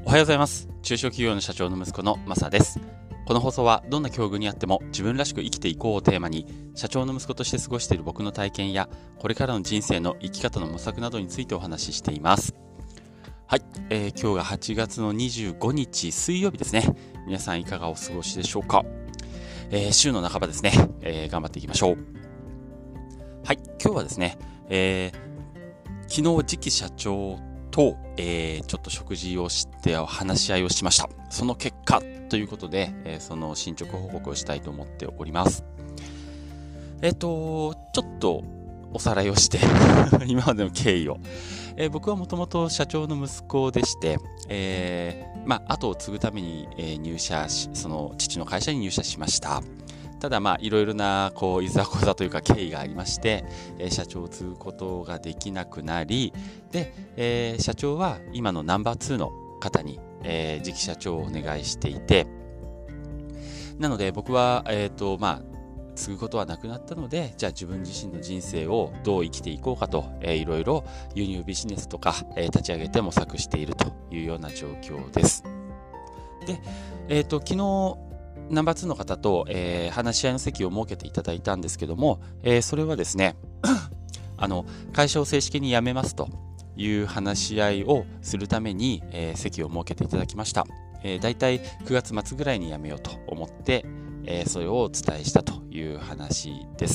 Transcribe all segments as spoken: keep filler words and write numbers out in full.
おはようございます。中小企業の社長の息子のマサです。この放送はどんな境遇にあっても自分らしく生きていこうをテーマに、社長の息子として過ごしている僕の体験やこれからの人生の生き方の模索などについてお話ししています。はい、えー、今日がはちがつのにじゅうごにち水曜日ですね。皆さんいかがお過ごしでしょうか。えー、週の半ばですね、えー、頑張っていきましょう。はい、今日はですね、えー、昨日次期社長と、えー、ちょっと食事をして話し合いをしました。その結果ということで、えー、その進捗報告をしたいと思っております。えっと、ちょっとおさらいをして今までの経緯を、えー、僕はもともと社長の息子でして、えー、まあ後を継ぐために、えー、入社し、その父の会社に入社しました。ただまあいろいろなこういざこざというか経緯がありまして、えー、社長を継ぐことができなくなり、で、えー、社長は今のナンバーツーの方に、えー、次期社長をお願いしていて、なので僕はえっとまあ継ぐことはなくなったので、じゃあ自分自身の人生をどう生きていこうかと、えー、いろいろ輸入ビジネスとか、えー、立ち上げて模索しているというような状況です。で、えっと昨日ナンバーツーの方と、えー、話し合いの席を設けていただいたんですけども、えー、それはですねあの会社を正式に辞めますという話し合いをするために、えー、席を設けていただきました。えー、だいたいくがつまつぐらいに辞めようと思って、えー、それをお伝えしたという話です。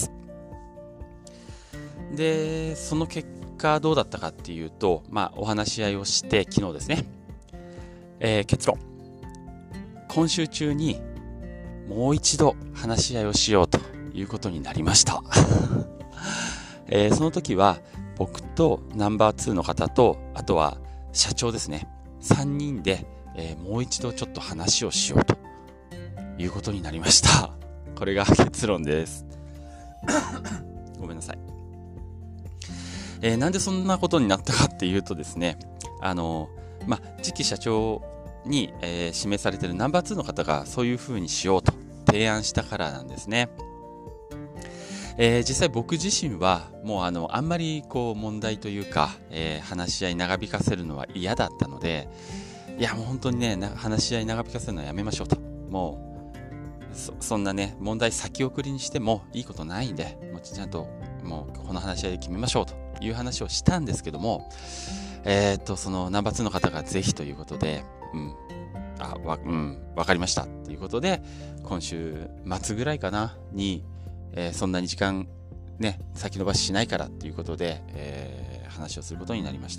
で、その結果どうだったかっていうと、まあ、お話し合いをして昨日ですね、えー、結論、今週中にもう一度話し合いをしようということになりました、えー、その時は僕とナンバーツーの方と、あとは社長ですね、さんにんで、えー、もう一度ちょっと話をしようということになりました。これが結論ですごめんなさい、えー、なんでそんなことになったかっていうとですね、あのまあ次期社長に、えー、示されているナンバーツーの方がそういう風にしようと提案したからなんですね。えー、実際僕自身はもうあのあんまりこう問題というか、えー、話し合い長引かせるのは嫌だったので、いやもう本当にね話し合い長引かせるのはやめましょうと、もう そ, そんなね問題先送りにしてもいいことないんで、もうちゃんともうこの話し合いで決めましょうという話をしたんですけども、えー、っとそのナンバーツーの方がぜひということで、うん、あ、わ、うん、わかりましたということで、今週末ぐらいかなに、えー、そんなに時間ね先延ばししないからということで、えー、話をすることになりました。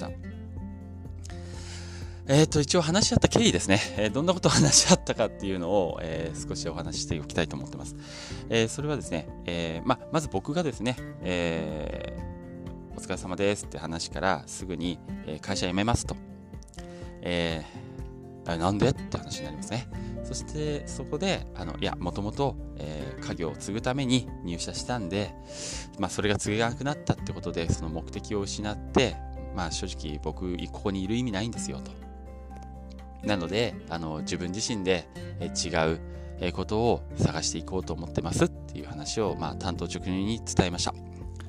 えっと一応話し合った経緯ですね、えー、どんなことを話し合ったかっていうのを、えー、少しお話ししておきたいと思ってます。えー、それはですね、えーま、まず僕がですね、えー、お疲れ様ですって話からすぐに、えー、会社辞めますと、えー、なんでって話になりますね。そしてそこであのいやもともと家業を継ぐために入社したんで、まあ、それが継げなくなったってことでその目的を失って、まあ、正直僕ここにいる意味ないんですよと。なのであの自分自身で違うことを探していこうと思ってますっていう話を、まあ、担当直入に伝えました。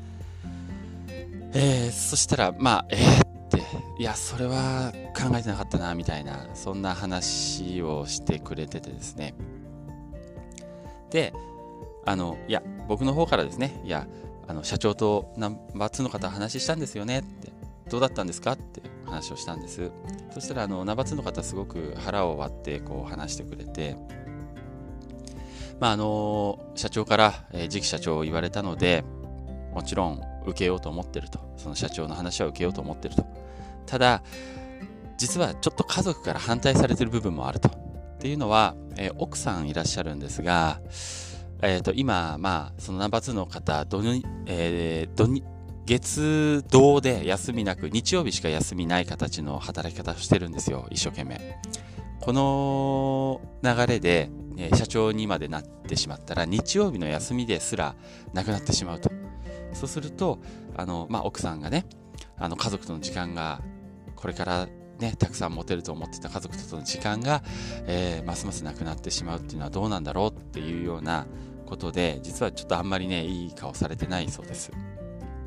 えー、そしたらまあえーいやそれは考えてなかったなみたいな、そんな話をしてくれててですね。であのいや僕の方からですね、いやあの社長とナンバーツーの方話したんですよねって、どうだったんですかって話をしたんです。そしたらあのナンバーツーの方すごく腹を割ってこう話してくれて、まああの社長から、えー、次期社長を言われたのでもちろん受けようと思ってると、その社長の話は受けようと思ってると。ただ実はちょっと家族から反対されてる部分もあると。っていうのは、えー、奥さんいらっしゃるんですが、えー、と今まあそのナンバーツーの方土に、えー、土に月土で休みなく日曜日しか休みない形の働き方をしてるんですよ、一生懸命。この流れで、えー、社長にまでなってしまったら日曜日の休みですらなくなってしまうと。そうするとあの、まあ、奥さんがねあの家族との時間がこれからねたくさん持てると思ってた家族との時間が、えー、ますますなくなってしまうっていうのはどうなんだろうっていうようなことで、実はちょっとあんまりねいい顔されてないそうです。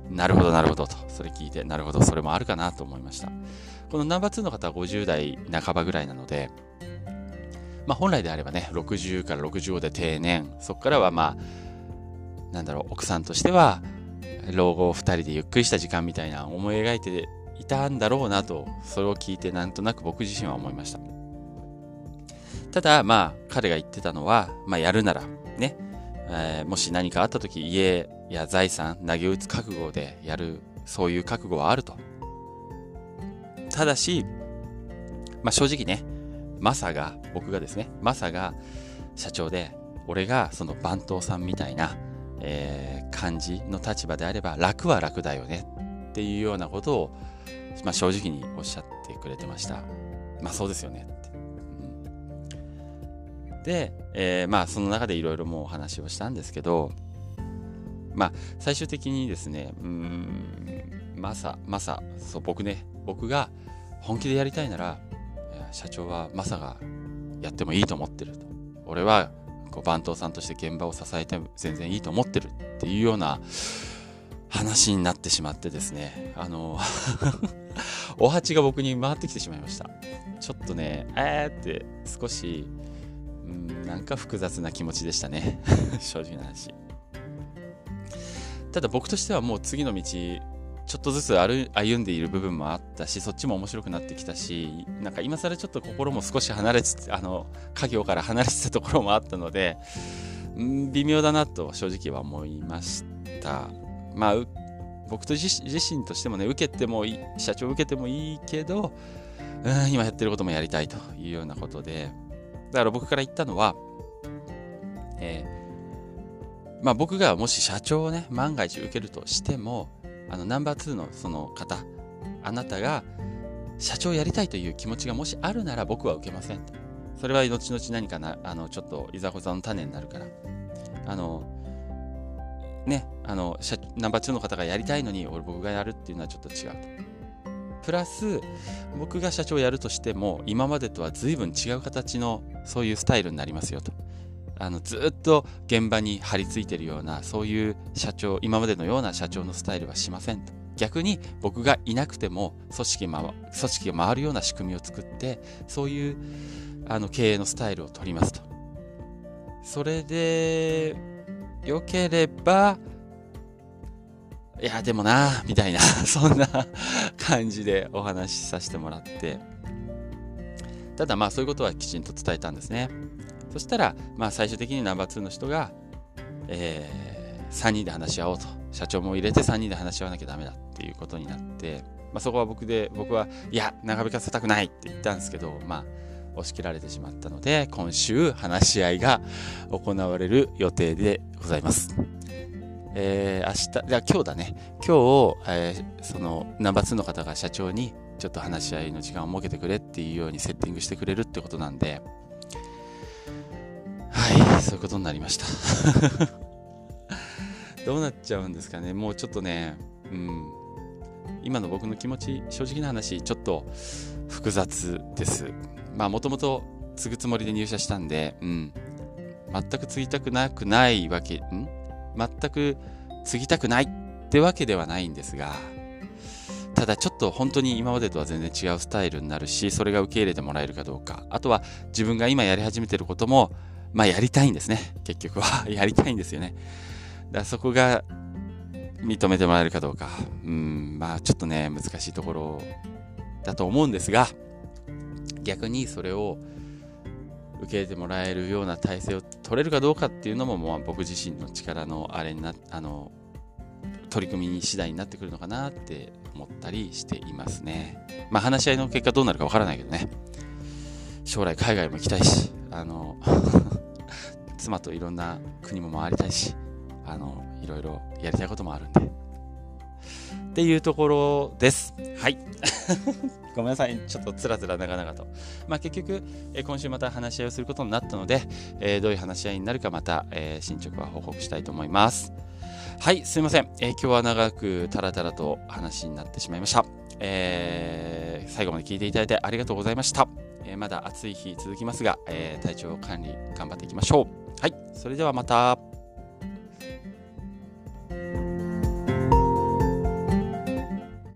なるほどなるほどと、それ聞いて、なるほど、それもあるかなと思いました。このナンバーツーの方はごじゅう代半ばぐらいなので、まあ本来であればね、ろくじゅうからろくじゅうごで定年、そこからはまあ、なんだろう、奥さんとしては、老後ふたりでゆっくりした時間みたいな思い描いていたんだろうなと、それを聞いてなんとなく僕自身は思いました。ただまあ彼が言ってたのは、まあやるならね、えー、もし何かあった時家や財産投げ打つ覚悟でやる、そういう覚悟はあると。ただし、まあ正直ね、マサが、僕がですね、マサが社長で、俺がその番頭さんみたいな、えー、感じの立場であれば楽は楽だよねっていうようなことを、まあ、正直におっしゃってくれてました。まあそうですよねって、うん、で、えー、まあその中でいろいろもうお話をしたんですけど、まあ最終的にですね、うーんマサマサそう僕ね僕が本気でやりたいなら社長はマサがやってもいいと思ってると、俺はこう番頭さんとして現場を支えても全然いいと思ってるっていうような話になってしまってですね、あのお鉢が僕に回ってきてしまいました。ちょっとねえーって少しうんなんか複雑な気持ちでしたね正直な話。ただ僕としてはもう次の道ちょっとずつ歩歩んでいる部分もあったし、そっちも面白くなってきたし、なんか今更ちょっと心も少し離れつつ、あの家業から離れてたところもあったので、ん微妙だなと正直は思いました。まあ僕と自, 自身としてもね、受けてもいい、社長受けてもいいけど、うん今やってることもやりたいというようなことで、だから僕から言ったのは、えー、まあ僕がもし社長をね万が一受けるとしても、あのナンバーツーのその方、あなたが社長やりたいという気持ちがもしあるなら僕は受けませんと。それは後々何かな、あのちょっといざこざの種になるから、あのね、あのナンバーツーの方がやりたいのに俺僕がやるっていうのはちょっと違うと。プラス僕が社長をやるとしても今までとは随分違う形のそういうスタイルになりますよと。あのずっと現場に張り付いてるようなそういう社長、今までのような社長のスタイルはしませんと。逆に僕がいなくても組織, 回組織が回るような仕組みを作って、そういうあの経営のスタイルを取りますと。それでよければ、いやでもなみたいなそんな感じでお話しさせてもらって、ただまあそういうことはきちんと伝えたんですね。そしたら、まあ、最終的にナンバーツーの人が、えー、さんにんで話し合おうと、社長も入れてさんにんで話し合わなきゃダメだっていうことになって、まあ、そこは僕で僕はいや長引かせたくないって言ったんですけど、まあ押し切られてしまったので、今週話し合いが行われる予定でございます。えー、明日、じゃあ今日だね今日、えー、そのナンバーツーの方が社長にちょっと話し合いの時間を設けてくれっていうようにセッティングしてくれるってことなんで、はい、そういうことになりましたどうなっちゃうんですかね。もうちょっとね、うん、今の僕の気持ち、正直な話ちょっと複雑です。まあもともと継ぐつもりで入社したんで、うん、全く継ぎたくなくないわけん全く継ぎたくないってわけではないんですが、ただちょっと本当に今までとは全然違うスタイルになるし、それが受け入れてもらえるかどうか、あとは自分が今やり始めてることもまあやりたいんですね。結局はやりたいんですよね。だからそこが認めてもらえるかどうか、うん、まあちょっとね難しいところだと思うんですが、逆にそれを受け入れてもらえるような体制を取れるかどうかっていうのも、もう僕自身の力のあれになあの取り組み次第になってくるのかなって思ったりしていますね。まあ話し合いの結果どうなるかわからないけどね。将来海外も行きたいし、あの妻といろんな国も回りたいし、あのいろいろやりたいこともあるんでっていうところです。はいごめんなさい、ちょっとつらつら長々と。まあ結局、えー、今週また話し合いをすることになったので、えー、どういう話し合いになるかまた、えー、進捗は報告したいと思います。はい、すいません、えー、今日は長くタラタラと話になってしまいました。えー、最後まで聞いていただいてありがとうございました。えー、まだ暑い日続きますが、えー、体調管理頑張っていきましょう。はい、それではまた。